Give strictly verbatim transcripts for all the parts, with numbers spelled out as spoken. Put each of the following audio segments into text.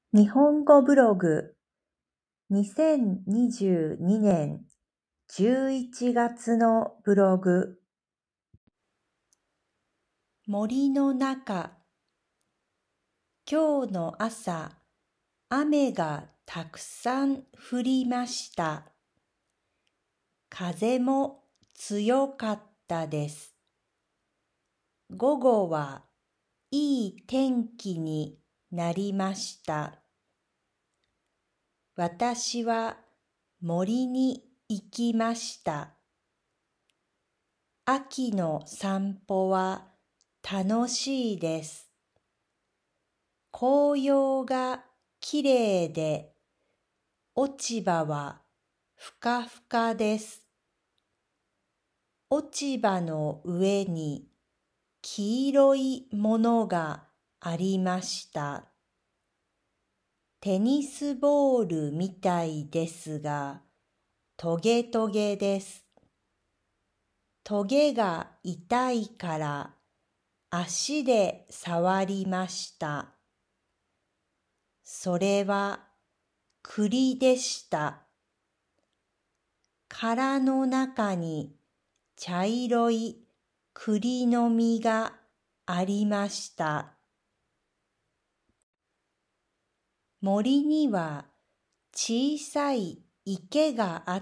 日本語ブログにせんにじゅうにねんじゅういちがつのブログ。森の中。今日の朝、雨がたくさん降りました。風も強かったです。午後はいい天気になりました。私は森に行きました。秋の散歩は楽しいです。紅葉がきれいで、落ち葉はふかふかです。落ち葉の上に黄色いものがありました。テニスボールみたいですが、トゲトゲです。トゲが痛いから足で触りました。それは栗でした。殻の中に茶色い栗の実がありました。森には小さい池があって、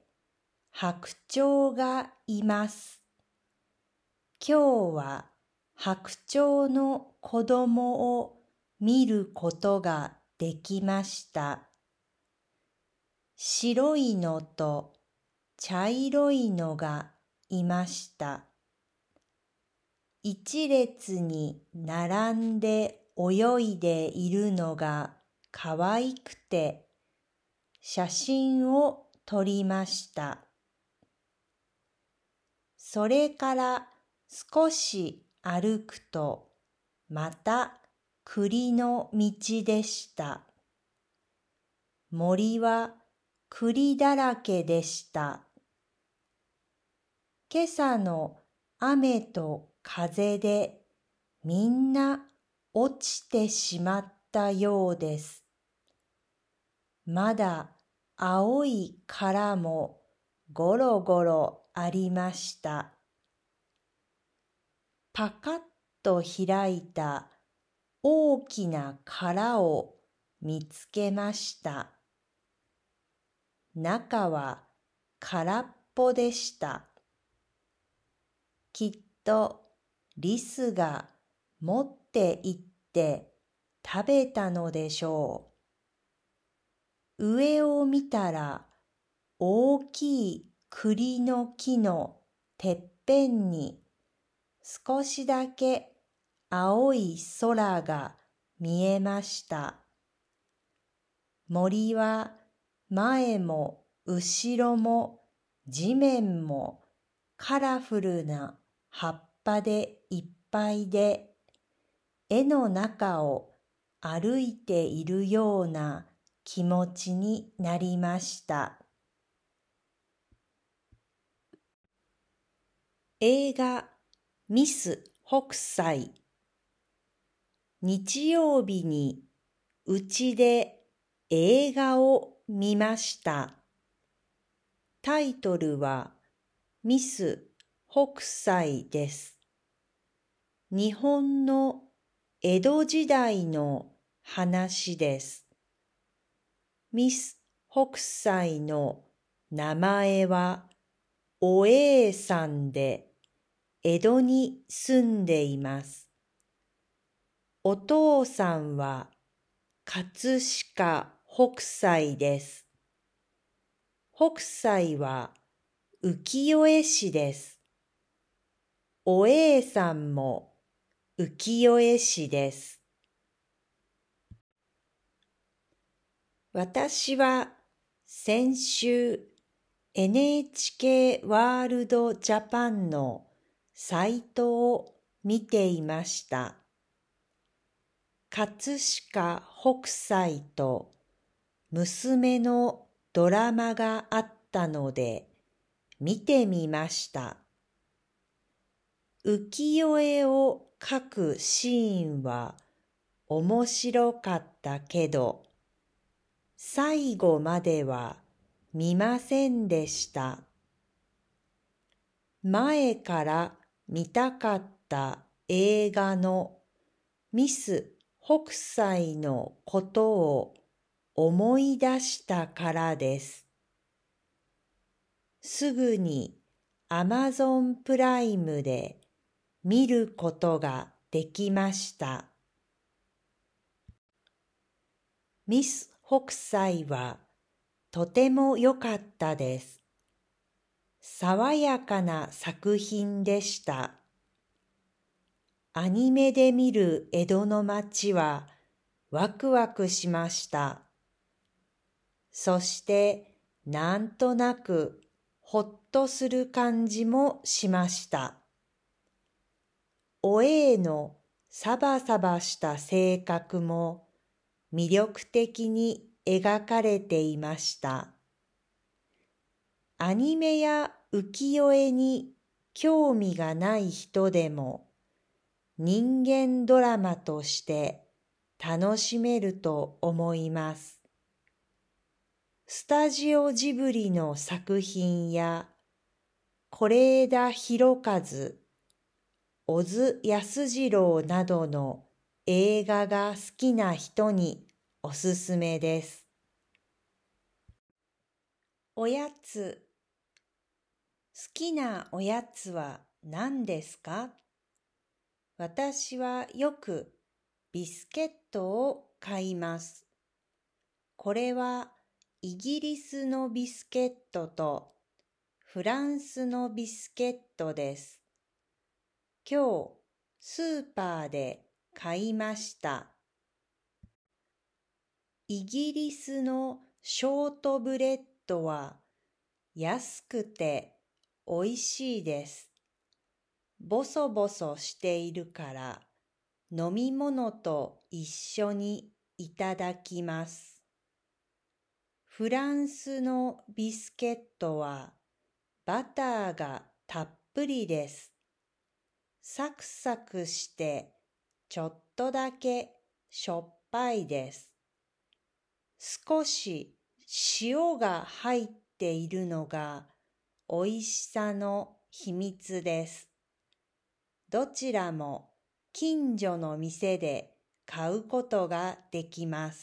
白鳥がいます。今日は白鳥の子供を見ることができました。白いのと茶色いのがいました。一列に並んで泳いでいるのがかわいくて、写真を撮りました。それから少し歩くと、また栗の道でした。森は栗だらけでした。今朝の雨と風でみんな落ちてしまったようです。まだ青い殻もゴロゴロありました。パカッと開いた大きな殻を見つけました。中は空っぽでした。きっとリスが持って行って食べたのでしょう。上を見たら大きい栗の木のてっぺんに少しだけ青い空が見えました。森は前も後ろも地面もカラフルな葉っぱでいっぱいで、絵の中を歩いているような気持ちになりました。映画ミス北斎。日曜日にうちで映画を見ました。タイトルはミス北斎です。日本の江戸時代の話です。ミス北斎の名前はおえいさんで江戸に住んでいます。お父さんは葛飾北斎です。北斎は浮世絵師です。おえいさんも浮世絵師です。私は先週 エヌエイチケー ワールドジャパンのサイトを見ていました。葛飾北斎と娘のドラマがあったので見てみました。浮世絵を描くシーンは面白かったけど、最後までは見ませんでした。前から見たかった映画のミス・北斎のことを思い出したからです。すぐにアマゾンプライムで見ることができました。ミス・北斎はとても良かったです。爽やかな作品でした。アニメで見る江戸の街はワクワクしました。そしてなんとなくほっとする感じもしました。おえいのサバサバした性格も魅力的に描かれていました。アニメや浮世絵に興味がない人でも人間ドラマとして楽しめると思います。スタジオジブリの作品や是枝裕和、小津安二郎などの映画が好きな人におすすめです。おやつ。好きなおやつは何ですか？私はよくビスケットを買います。これはイギリスのビスケットとフランスのビスケットです。今日スーパーで買いました。イギリスのショートブレッドは安くておいしいです。ボソボソしているから飲み物と一緒にいただきます。フランスのビスケットはバターがたっぷりです。サクサクしてちょっとだけしょっぱいです。少し塩が入っているのがおいしさの秘密です。どちらも近所の店で買うことができます。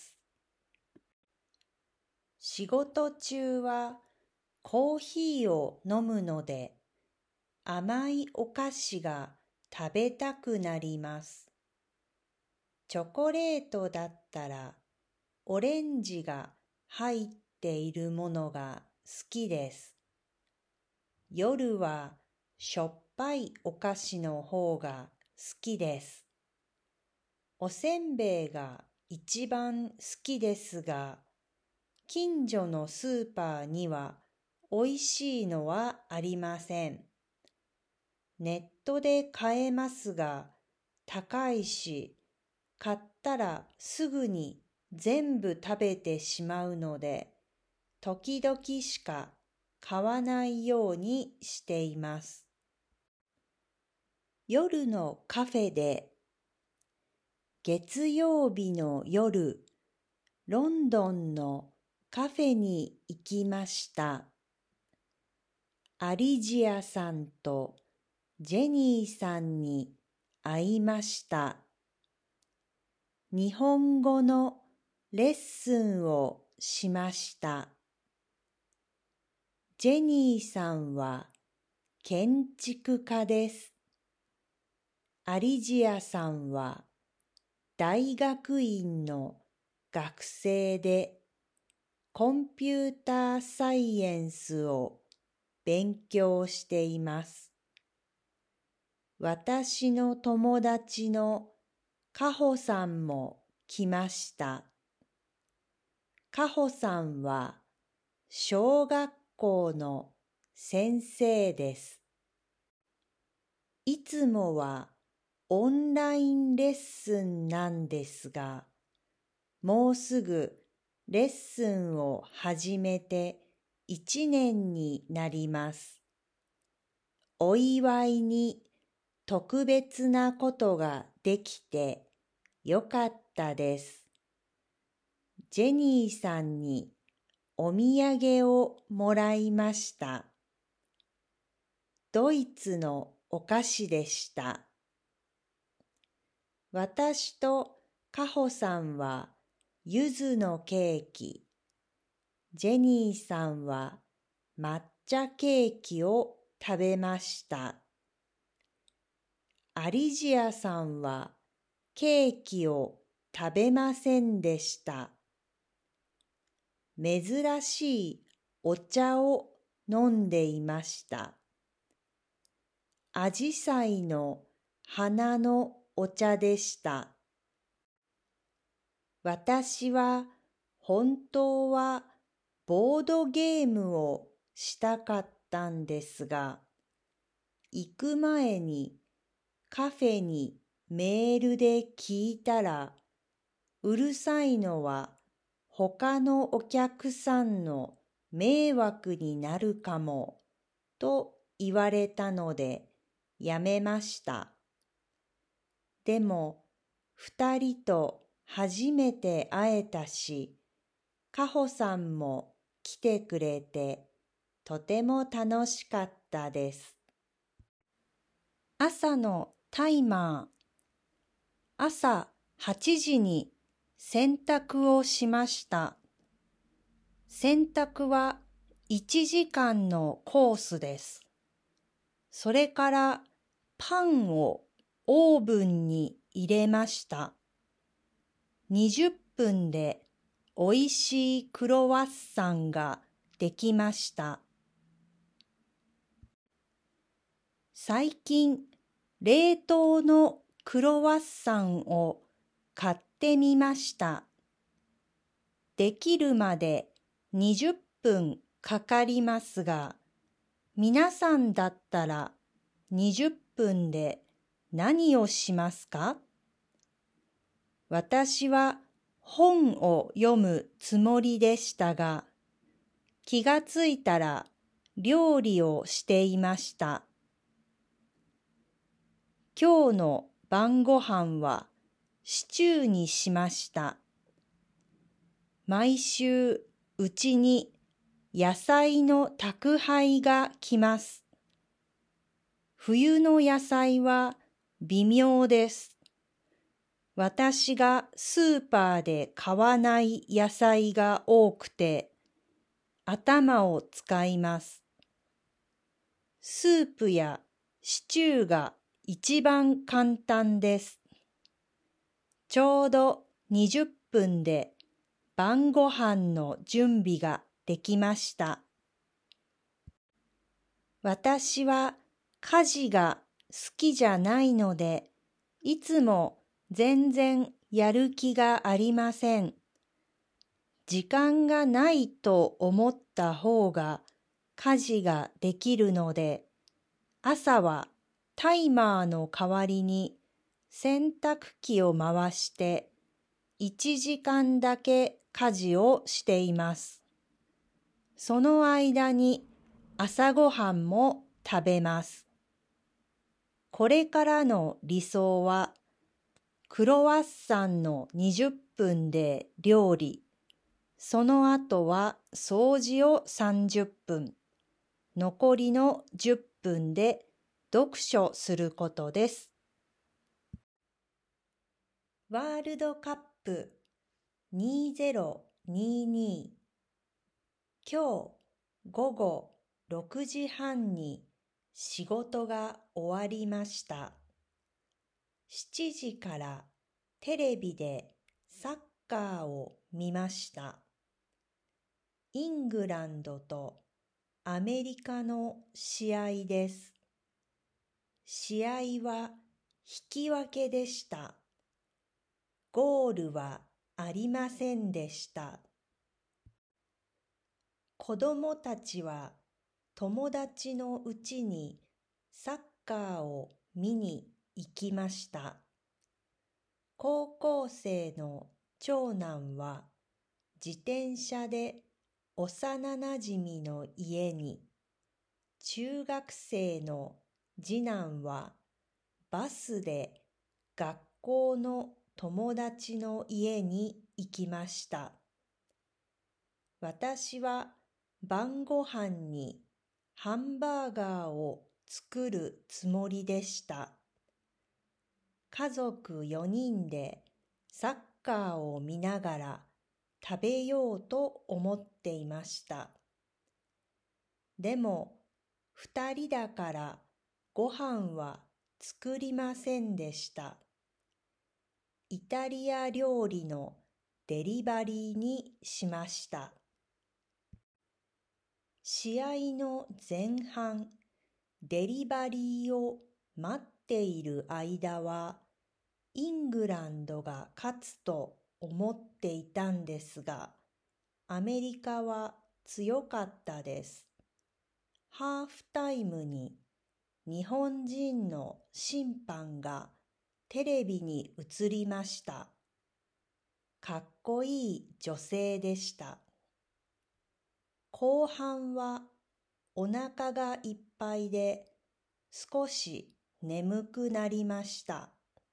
仕事中はコーヒーを飲むので甘いお菓子が食べたくなります。チョコレートだったらオレンジが入っているものが好きです。夜はしょっぱいお菓子の方が好きです。おせんべいが一番好きですが、近所のスーパーにはおいしいのはありません。ネットで買えますが、高いし、買ったらすぐに全部食べてしまうので、時々しか買わないようにしています。夜のカフェで、月曜日の夜、ロンドンのカフェに行きました。アリジアさんとジェニーさんに会いました。日本語のレッスンをしました。ジェニーさんは建築家です。アリジアさんは大学院の学生でコンピューターサイエンスを勉強しています。私の友達のカホさんも来ました。カホさんは小学校の先生です。いつもはオンラインレッスンなんですが、もうすぐレッスンを始めていちねんになります。お祝いに特別なことができてよかったです。ジェニーさんにお土産をもらいました。ドイツのお菓子でした。私とカホさんは柚子のケーキ、ジェニーさんは抹茶ケーキを食べました。アリジアさんはケーキを食べませんでした。珍しいお茶を飲んでいました。アジサイの花のお茶でした。私は本当はボードゲームをしたかったんですが、行く前にカフェにメールで聞いたら、うるさいのは他のお客さんの迷惑になるかもと言われたのでやめました。でも二人と初めて会えたし、カホさんも来てくれてとても楽しかったです。朝のタイマー。朝はちじに洗濯をしました。洗濯はいちじかんのコースです。それからパンをオーブンに入れました。にじゅっぷんでおいしいクロワッサンができました。最近、冷凍のクロワッサンを買ってみました。できるまでにじゅっぷんかかりますが、皆さんだったらにじゅっぷんで何をしますか？私は本を読むつもりでしたが、気がついたら料理をしていました。今日の晩ご飯はシチューにしました。毎週うちに野菜の宅配が来ます。冬の野菜は微妙です。私がスーパーで買わない野菜が多くて頭を使います。スープやシチューが一番簡単です。ちょうどにじゅっぷんで晩ご飯の準備ができました。私は家事が好きじゃないので、いつも全然やる気がありません。時間がないと思った方が家事ができるので、朝はタイマーの代わりに洗濯機を回していちじかんだけ家事をしています。その間に朝ごはんも食べます。これからの理想はクロワッサンのにじゅっぷんで料理、その後は掃除をさんじゅっぷん、残りのじゅっぷんで読書することです。ワールドカップにせんにじゅうに、今日午後ろくじはんに仕事が終わりました。しちじからテレビでサッカーを見ました。イングランドとアメリカの試合です。試合は引き分けでした。ゴールはありませんでした。子供たちは友達のうちにサッカーを見に行きました。高校生の長男は自転車で幼なじみの家に、中学生の次男はバスで学校の友達の家に行きました。私は晩ご飯にハンバーガーを作るつもりでした。家族よにんでサッカーを見ながら食べようと思っていました。でも、二人だからご飯は作りませんでした。イタリア料理のデリバリーにしました。試合の前半、デリバリーを待っている間は、イングランドが勝つと思っていたんですが、アメリカは強かったです。ハーフタイムに日本人の審判がテレビに映りました。かっこいい女性でした。後半はお腹がいっぱいで少し眠くなりました。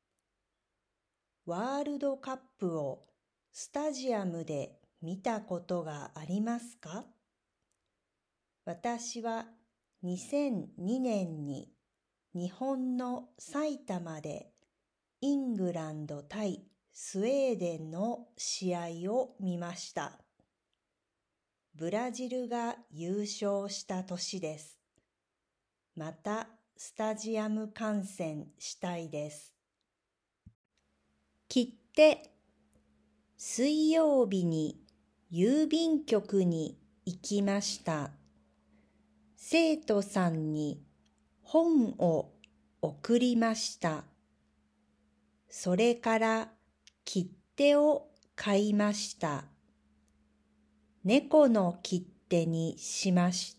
ワールドカップをスタジアムで見たことがありますか？私はにせんにねんに日本の埼玉でイングランド対スウェーデンの試合を見ました。ブラジルが優勝した年です。またスタジアム観戦したいです。切手。水曜日に郵便局に行きました。生徒さんに本を送りました。それから切手を買いました。猫の切手にしました。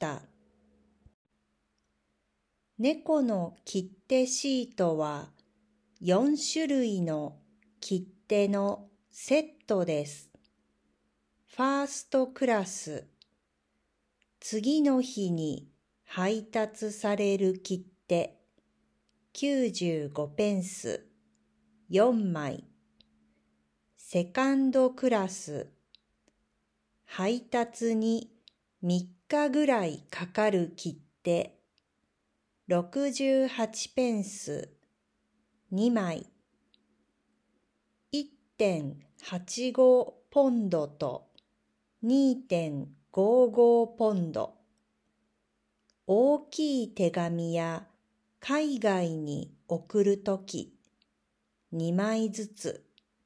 猫の切手シートはよん種類の切手のセットです。ファーストクラス。次の日に配達される切手きゅうじゅうごペンスよんまい。セカンドクラス。配達にみっかぐらいかかる切手ろくじゅうはちペンスにまい。いってんはちごポンドと にてんごごポンド。大きい手紙や海外に送るときにまいずつ。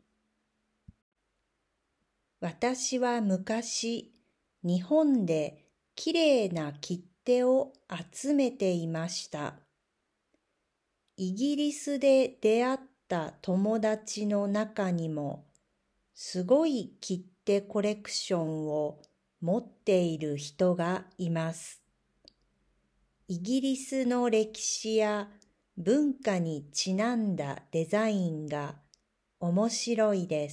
私は昔、日本できれいな切手を集めていました。イギリスで出会った友達の中にも、すごい切手コレクションを持っている人がいます。イギリスの歴史や文化にちなんだデザインが面白いです。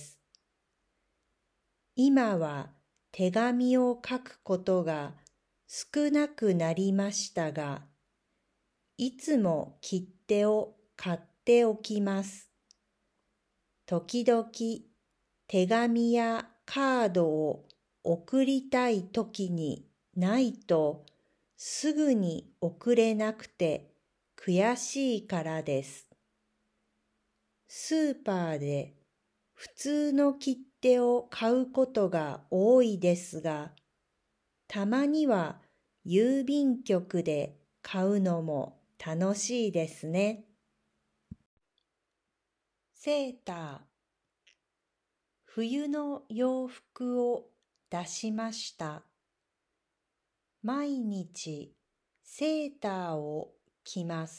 今は手紙を書くことが少なくなりましたが、いつも切手を買っておきます。時々手紙やカードを送りたいときにないとすぐに送れなくて悔しいからです。スーパーで普通の切手を買うことが多いですが、たまには郵便局で買うのも楽しいですね。セーター。冬の洋服を出しました。毎日セーターを着ます。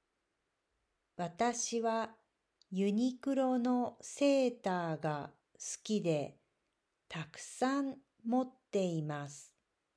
私はユニクロのセーターが好きでたくさん持っています。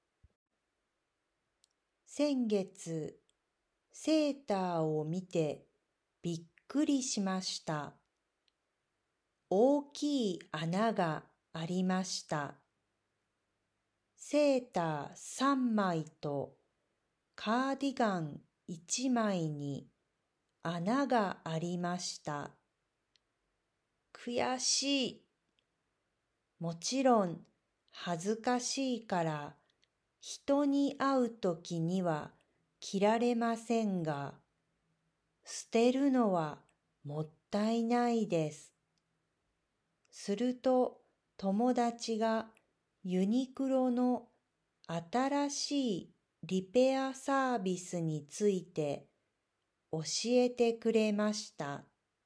先月セーターを見てびっくりしました。大きい穴がありました。セーターさんまいとカーディガンいちまいに穴がありました。 悔しい。もちろん恥ずかしいから人に会うときには着られませんが、捨てるのはもったいないです。すると友達がユニクロの新しいリペアサービスについて教えてくれました。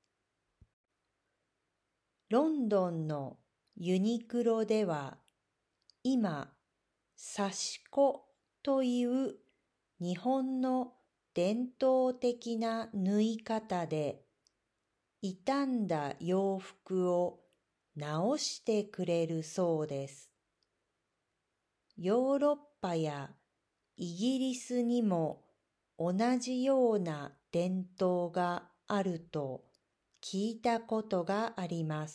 ロンドンのユニクロでは今、刺し子という日本の伝統的な縫い方で傷んだ洋服を直してくれるそうです。ヨーロッパやイギリスにも同じような伝統があると聞いたことがあります。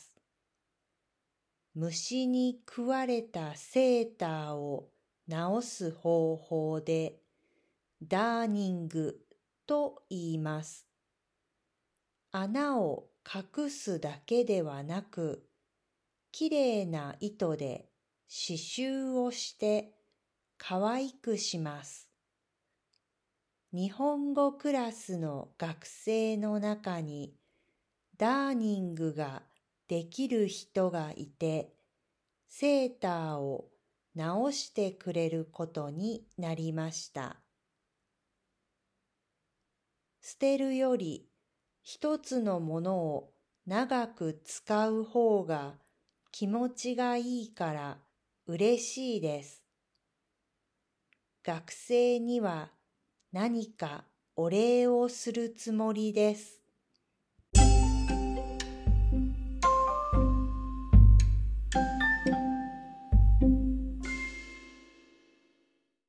虫に食われたセーターを直す方法でダーニングと言います。穴を隠すだけではなく、きれいな糸で刺繍をして可愛くします。日本語クラスの学生の中にダーニングができる人がいて、セーターを直してくれることになりました。捨てるより一つのものを長く使う方が気持ちがいいから嬉しいです。学生には何かお礼をするつもりです。